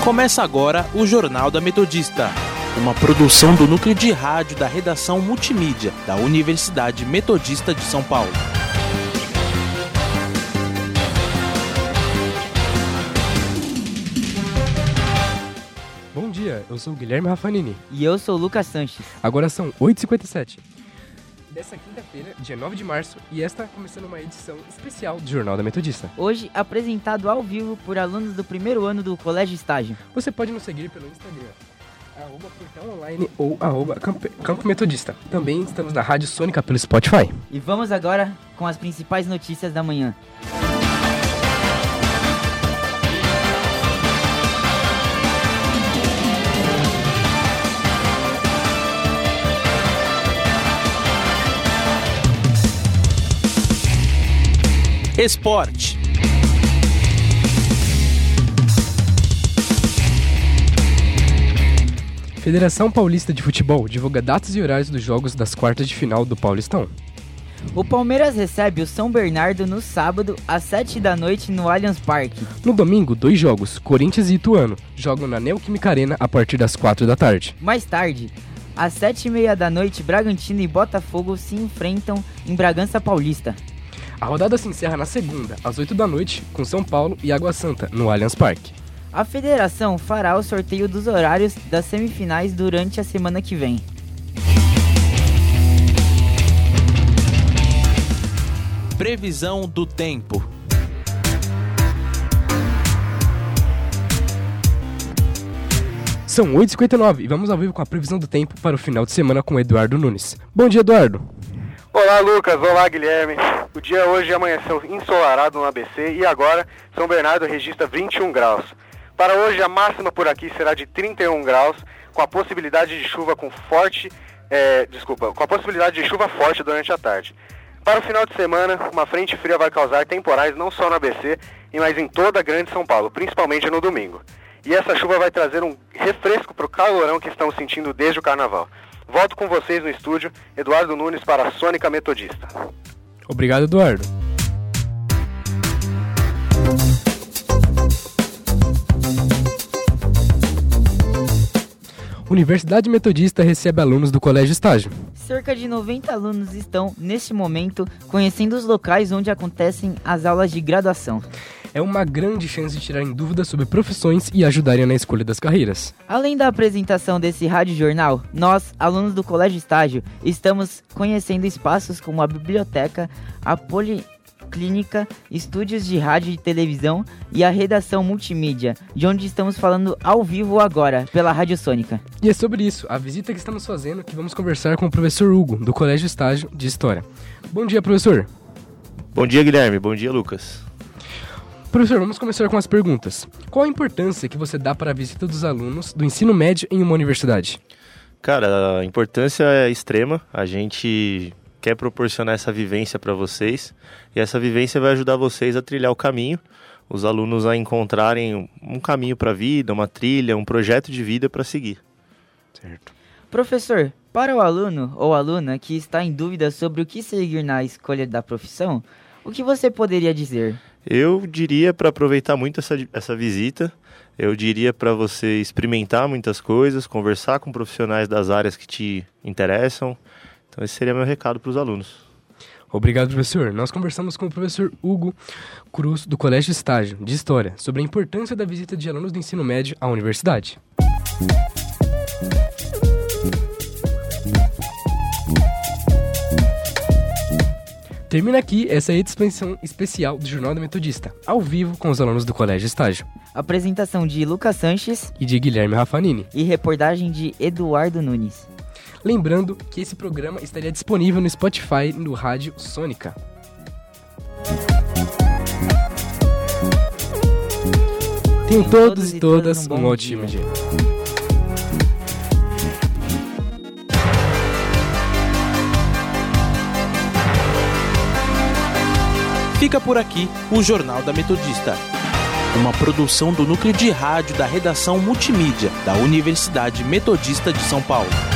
Começa agora o Jornal da Metodista, uma produção do núcleo de rádio da redação multimídia da Universidade Metodista de São Paulo. Bom dia, eu sou o Guilherme Raffanini. E eu sou o Lucas Sanches. Agora são 8h57. Dessa quinta-feira, dia 9 de março, e esta começando uma edição especial do Jornal da Metodista. Hoje apresentado ao vivo por alunos do primeiro ano do Colégio Estágio. Você pode nos seguir pelo Instagram, @portalonline ou @campo metodista. Também estamos na Rádio Sônica pelo Spotify. E vamos agora com as principais notícias da manhã. Esporte. Federação Paulista de Futebol divulga datas e horários dos jogos das quartas de final do Paulistão. O Palmeiras recebe o São Bernardo no sábado, às 7 da noite, no Allianz Parque. No domingo, 2 jogos, Corinthians e Ituano, jogam na Neoquímica Arena a partir das 4 da tarde. Mais tarde, às 7h30 da noite, Bragantino e Botafogo se enfrentam em Bragança Paulista. A rodada se encerra na segunda, às 8 da noite, com São Paulo e Água Santa, no Allianz Parque. A federação fará o sorteio dos horários das semifinais durante a semana que vem. Previsão do tempo. São 8h59 e vamos ao vivo com a previsão do tempo para o final de semana com o Eduardo Nunes. Bom dia, Eduardo. Olá, Lucas. Olá, Guilherme. O dia hoje amanheceu ensolarado no ABC e agora São Bernardo registra 21 graus. Para hoje a máxima por aqui será de 31 graus, com a possibilidade de chuva forte durante a tarde. Para o final de semana, uma frente fria vai causar temporais não só no ABC, mas em toda a Grande São Paulo, principalmente no domingo. E essa chuva vai trazer um refresco para o calorão que estamos sentindo desde o carnaval. Volto com vocês no estúdio, Eduardo Nunes para a Sônica Metodista. Obrigado, Eduardo. Universidade Metodista recebe alunos do Colégio Estágio. Cerca de 90 alunos estão, neste momento, conhecendo os locais onde acontecem as aulas de graduação. É uma grande chance de tirarem dúvidas sobre profissões e ajudarem na escolha das carreiras. Além da apresentação desse rádio jornal, nós, alunos do Colégio Estágio, estamos conhecendo espaços como a biblioteca, a policlínica, estúdios de rádio e televisão e a redação multimídia, de onde estamos falando ao vivo agora, pela Rádio Sônica. E é sobre isso, a visita que estamos fazendo, que vamos conversar com o professor Hugo, do Colégio Estágio de História. Bom dia, professor. Bom dia, Guilherme. Bom dia, Lucas. Professor, vamos começar com as perguntas. Qual a importância que você dá para a visita dos alunos do ensino médio em uma universidade? Cara, a importância é extrema. A gente quer proporcionar essa vivência para vocês. E essa vivência vai ajudar vocês a trilhar o caminho. Os alunos a encontrarem um caminho para a vida, uma trilha, um projeto de vida para seguir. Certo. Professor, para o aluno ou aluna que está em dúvida sobre o que seguir na escolha da profissão, o que você poderia dizer? Eu diria para aproveitar muito essa visita, eu diria para você experimentar muitas coisas, conversar com profissionais das áreas que te interessam. Então esse seria meu recado para os alunos. Obrigado, professor. Nós conversamos com o professor Hugo Cruz, do Colégio Estágio de História, sobre a importância da visita de alunos do ensino médio à universidade. Termina aqui essa edição especial do Jornal da Metodista, ao vivo com os alunos do Colégio Estágio. Apresentação de Lucas Sanches e de Guilherme Raffanini. E reportagem de Eduardo Nunes. Lembrando que esse programa estaria disponível no Spotify no Rádio Sônica. Tenham todos e todas um ótimo dia. Fica por aqui o Jornal da Metodista, uma produção do núcleo de rádio da redação multimídia da Universidade Metodista de São Paulo.